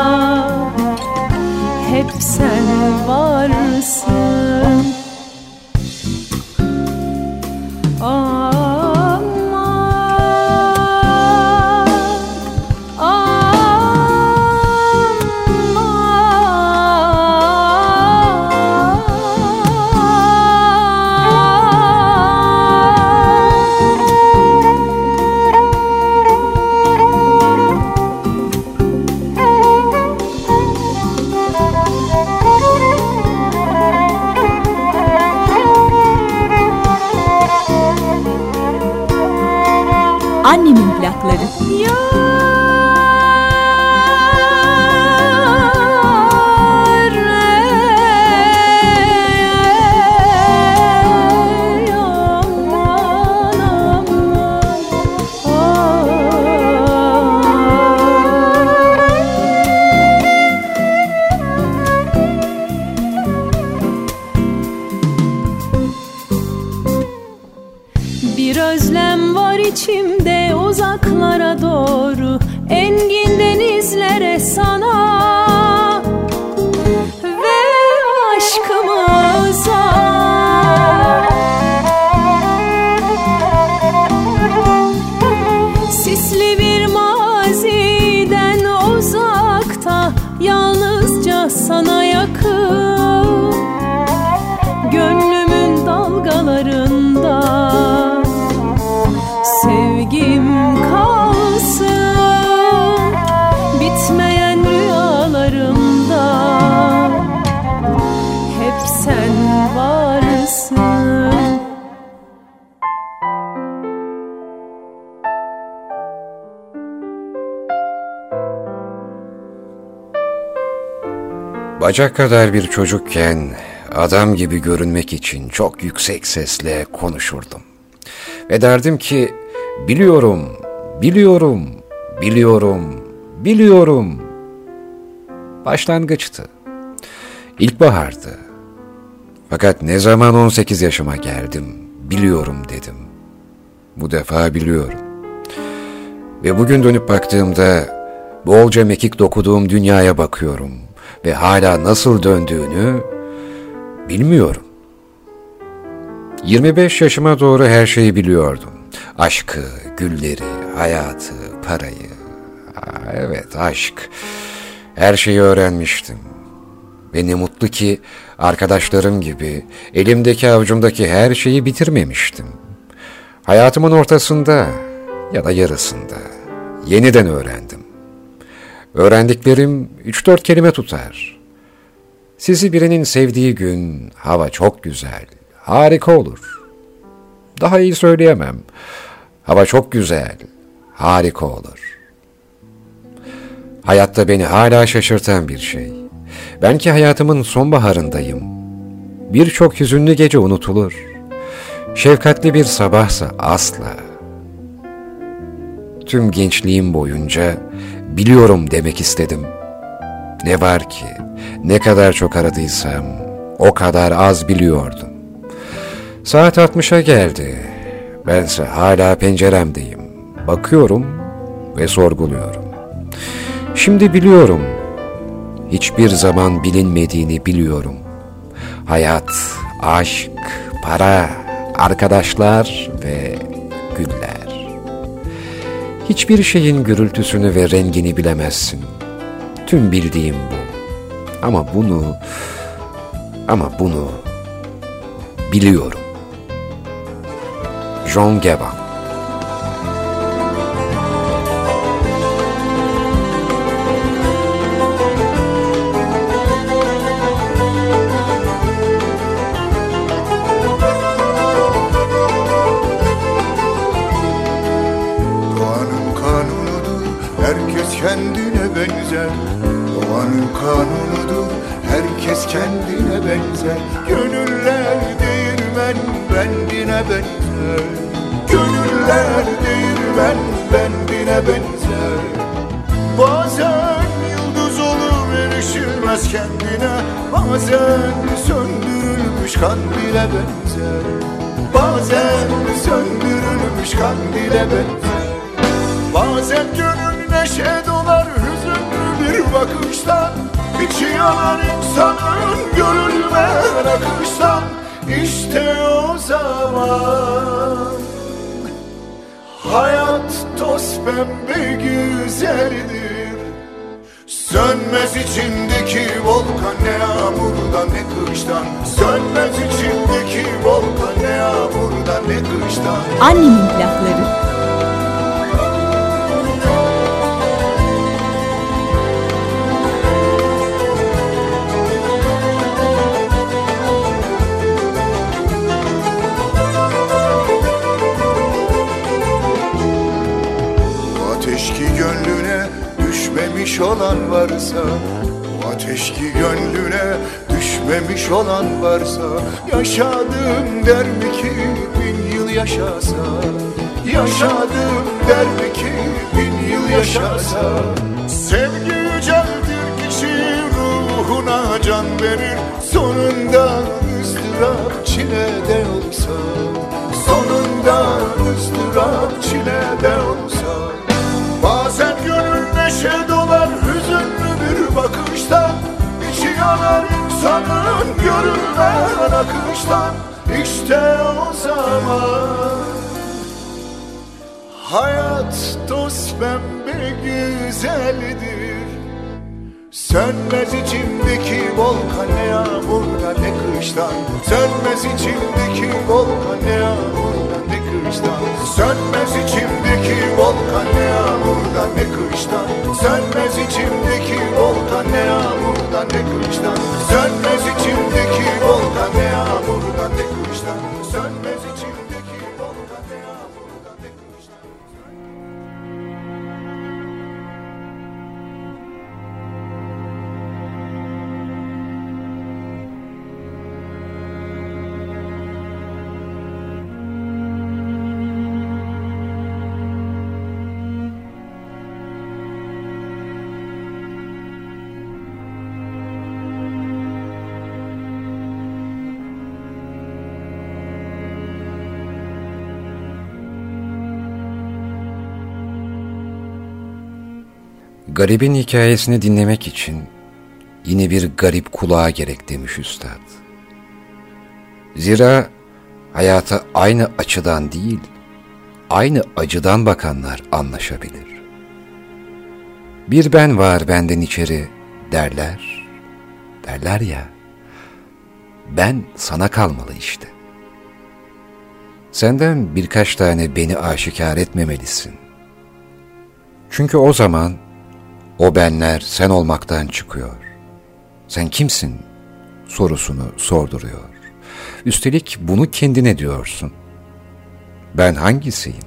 hep sen varsın. Annemin plakları. Bir özlem var içimde uzaklara doğru, engin denizlere sana ve aşkımıza. Sisli bir maziden uzakta, yalnızca sana yakın, gönlümün dalgalarında sevgim kalsın, bitmeyen rüyalarımda hep sen varsın. Bacak kadar bir çocukken adam gibi görünmek için çok yüksek sesle konuşurdum. Ve derdim ki, biliyorum, biliyorum, biliyorum, biliyorum. Başlangıçtı. İlkbahardı. Fakat ne zaman 18 yaşıma geldim, biliyorum dedim. Bu defa biliyorum. Ve bugün dönüp baktığımda bolca mekik dokuduğum dünyaya bakıyorum ve hala nasıl döndüğünü bilmiyorum. 25 yaşıma doğru her şeyi biliyordum. Aşkı, gülleri, hayatı, parayı. Evet, aşk. Her şeyi öğrenmiştim. Ve ne mutlu ki arkadaşlarım gibi elimdeki avucumdaki her şeyi bitirmemiştim. Hayatımın ortasında ya da yarısında yeniden öğrendim. Öğrendiklerim 3-4 kelime tutar. Sizi birinin sevdiği gün hava çok güzel, harika olur. Daha iyi söyleyemem. Hava çok güzel, harika olur. Hayatta beni hala şaşırtan bir şey. Ben ki hayatımın sonbaharındayım. Birçok hüzünlü gece unutulur. Şefkatli bir sabahsa asla. Tüm gençliğim boyunca biliyorum demek istedim. Ne var ki, ne kadar çok aradıysam o kadar az biliyordum. Saat 60'a geldi. Bense hala penceremdeyim. Bakıyorum ve sorguluyorum. Şimdi biliyorum. Hiçbir zaman bilinmediğini biliyorum. Hayat, aşk, para, arkadaşlar ve güller. Hiçbir şeyin gürültüsünü ve rengini bilemezsin. Tüm bildiğim bu. Ama bunu biliyorum. John Gabon. Kendine benzer, doğanın kanunudur. Herkes kendine benzer. Gönüller değirmen bendine benzer. Gönüller değirmen bendine benzer. Bazen yıldız olur erişilmez kendine. Bazen söndürülmüş kandile benzer. Bazen söndürülmüş kandile benzer. Bazen gönül neşe dolar hüzünlü bir bakıştan. İçi yanar insanın görülmeyen akıştan. İşte o zaman hayat toz pembe güzeldir. Sönmez içindeki volkan ne yağmurdan ne kıştan. Sönmez içindeki volkan ne yağmurdan ne kıştan. Annemin plakları. Ateş ki gönlüne düşmemiş olan varsa, o ateş ki gönlüne düşmemiş olan varsa, yaşadım der mi ki 1000 yıl yaşasa? Yaşadım der mi ki 1000 yıl yaşasa? Sevgi yüceltir kişi ruhuna can verir. Sonunda ızdırap çilede olsa, sonunda ızdırap çilede olsa. Bazen gönül neşe dolar hüzünlü bir bakıştan. İçi yanar insanın görülmeyen akıştan. İşte o zaman hayat toz pembe güzeldir. Sönmez içimdeki volkan ne yağmurdan ne kıştan. Sönmez içimdeki volkan ne yağmurdan ne kıştan. Sönmez içimdeki volkan ne yağmurdan ne kıştan. Sönmez içimdeki volkan ne yağmurdan ne kıştan. Sönmez içimdeki volkan ne yağmurdan ne kıştan. Sönmez içimdeki volkan ne yağmurdan ne kıştan. Garibin hikayesini dinlemek için yine bir garip kulağa gerek demiş üstad. Zira hayata aynı açıdan değil, aynı acıdan bakanlar anlaşabilir. Bir ben var benden içeri derler ya, ben sana kalmalı işte. Senden birkaç tane beni aşikar etmemelisin. Çünkü o zaman o benler sen olmaktan çıkıyor. Sen kimsin sorusunu sorduruyor. Üstelik bunu kendine diyorsun. Ben hangisiyim?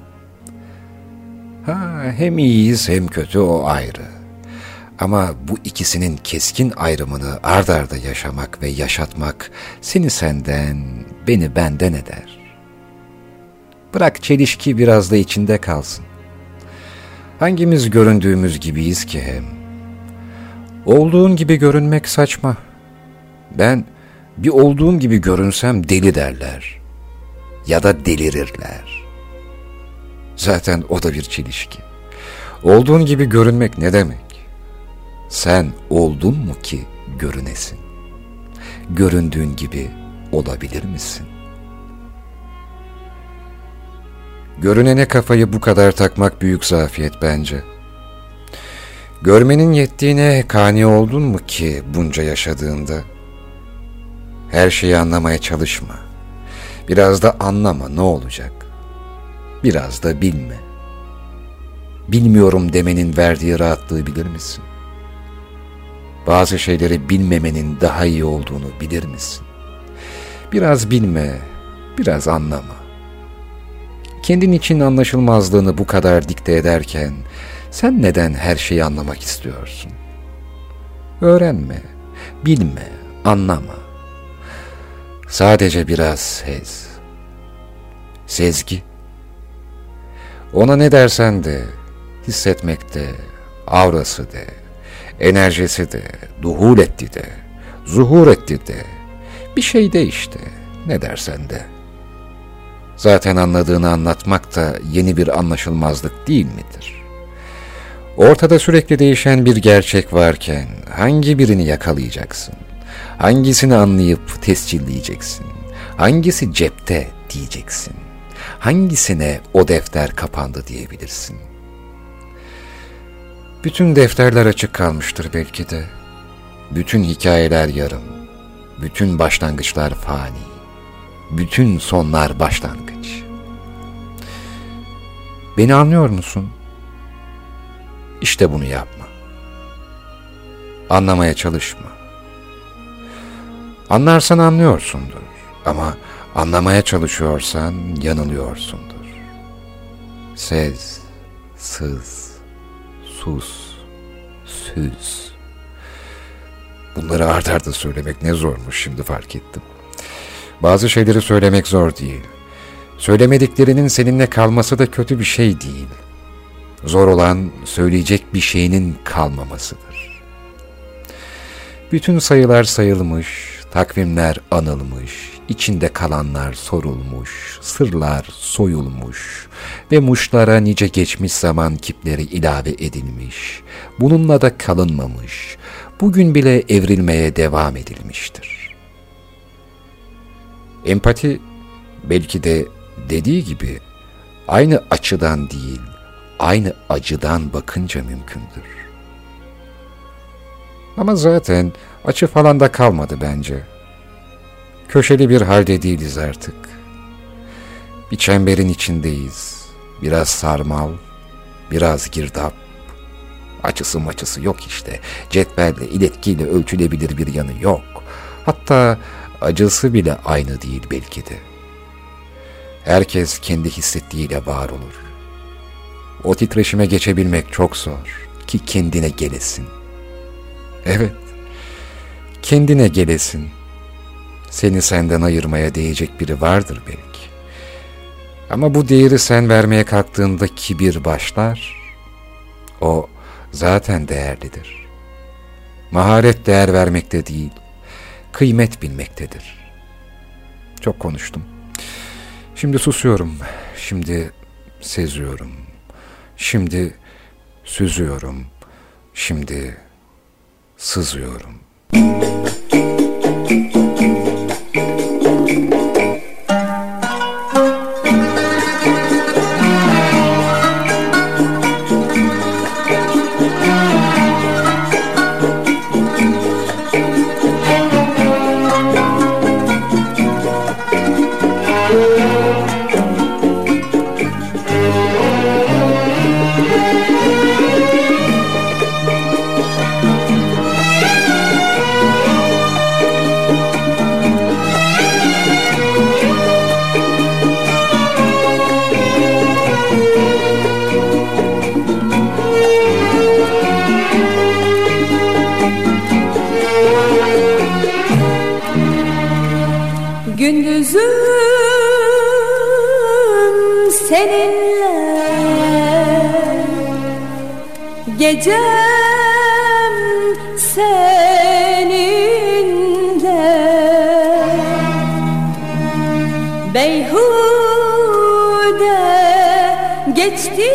Hem iyiyiz hem kötü, o ayrı. Ama bu ikisinin keskin ayrımını ard arda yaşamak ve yaşatmak seni senden, beni benden eder. Bırak çelişki biraz da içinde kalsın. Hangimiz göründüğümüz gibiyiz ki hem? Olduğun gibi görünmek saçma. Ben bir olduğum gibi görünsem deli derler. Ya da delirirler. Zaten o da bir çelişki. Olduğun gibi görünmek ne demek? Sen oldun mu ki görünesin? Göründüğün gibi olabilir misin? Görünene kafayı bu kadar takmak büyük zafiyet bence. Görmenin yettiğine kani oldun mu ki bunca yaşadığında? Her şeyi anlamaya çalışma. Biraz da anlama, ne olacak? Biraz da bilme. Bilmiyorum demenin verdiği rahatlığı bilir misin? Bazı şeyleri bilmemenin daha iyi olduğunu bilir misin? Biraz bilme, biraz anlama. Kendin için anlaşılmazlığını bu kadar dikte ederken sen neden her şeyi anlamak istiyorsun? Öğrenme, bilme, anlama. Sadece biraz sez. Sezgi. Ona ne dersen de, hissetmekte, aurası de, enerjisi de, duhul etti de, zuhur etti de, bir şey de işte, ne dersen de. Zaten anladığını anlatmak da yeni bir anlaşılmazlık değil midir? Ortada sürekli değişen bir gerçek varken hangi birini yakalayacaksın? Hangisini anlayıp tescilleyeceksin? Hangisi cepte diyeceksin? Hangisine o defter kapandı diyebilirsin? Bütün defterler açık kalmıştır belki de. Bütün hikayeler yarım. Bütün başlangıçlar fani. Bütün sonlar başlangıç. Beni anlıyor musun? İşte bunu yapma. Anlamaya çalışma. Anlarsan anlıyorsundur. Ama anlamaya çalışıyorsan yanılıyorsundur. Sez, sız, sus, süz. Bunları art arda söylemek ne zormuş şimdi fark ettim. Bazı şeyleri söylemek zor değil. Söylemediklerinin seninle kalması da kötü bir şey değil. Zor olan söyleyecek bir şeyinin kalmamasıdır. Bütün sayılar sayılmış, takvimler anılmış, içinde kalanlar sorulmuş, sırlar soyulmuş ve muşlara nice geçmiş zaman kipleri ilave edilmiş, bununla da kalınmamış, bugün bile evrilmeye devam edilmiştir. Empati belki de dediği gibi aynı açıdan değil, aynı acıdan bakınca mümkündür. Ama zaten açı falan da kalmadı bence. Köşeli bir halde değiliz artık. Bir çemberin içindeyiz. Biraz sarmal, biraz girdap. Açısı maçısı yok işte. Cetvelle, iletkiyle ölçülebilir bir yanı yok. Hatta acısı bile aynı değil belki de. Herkes kendi hissettiğiyle var olur. O titreşime geçebilmek çok zor ki kendine gelesin. Evet, kendine gelesin. Seni senden ayırmaya değecek biri vardır belki. Ama bu değeri sen vermeye kalktığında kibir başlar. O zaten değerlidir. Maharet değer vermekte değil, kıymet bilmektedir. Çok konuştum. Şimdi susuyorum, şimdi seziyorum, şimdi süzüyorum, şimdi sızıyorum. Gündüzüm seninle, gecem seninle, beyhude geçti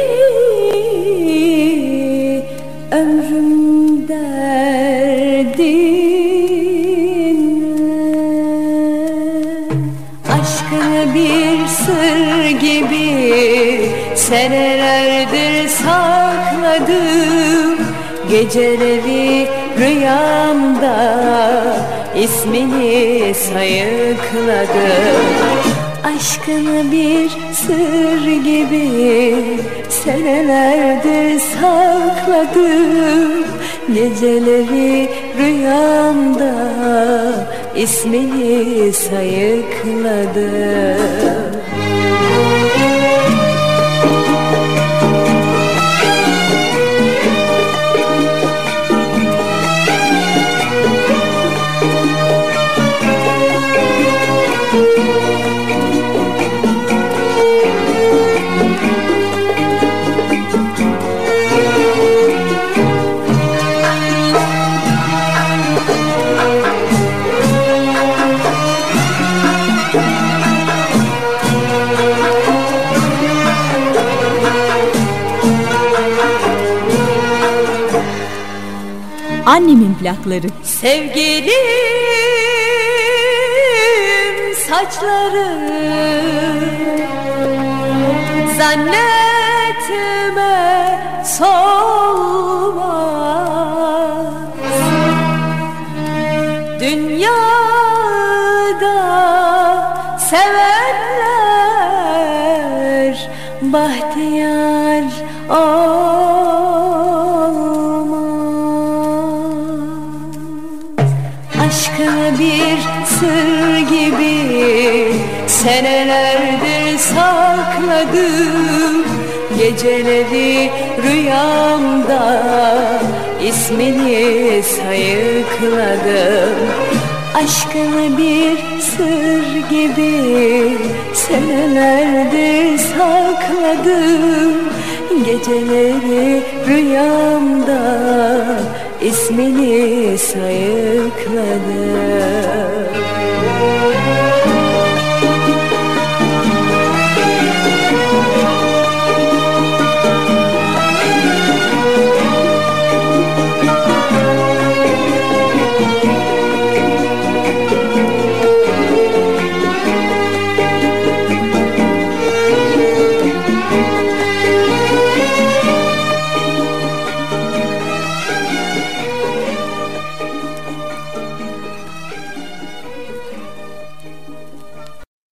ömrüm derdinle. Aşkını bir sır gibi senelerdir sakladım, Geceleri rüyamda ismini sayıkladım. Aşkını bir sır gibi senelerdir sakladım. Geceleri rüyamda ismini sayıkladım. Annemin plakları. Sevgilim saçları zannetme solmaz. Dünyada sevenler bahtiyar aşkını bir sır gibi senelerdir sakladım. Geceleri rüyamda ismini sayıkladım. Aşkını bir sır gibi senelerdir sakladım. Geceleri rüyamda ismini sayıkladım.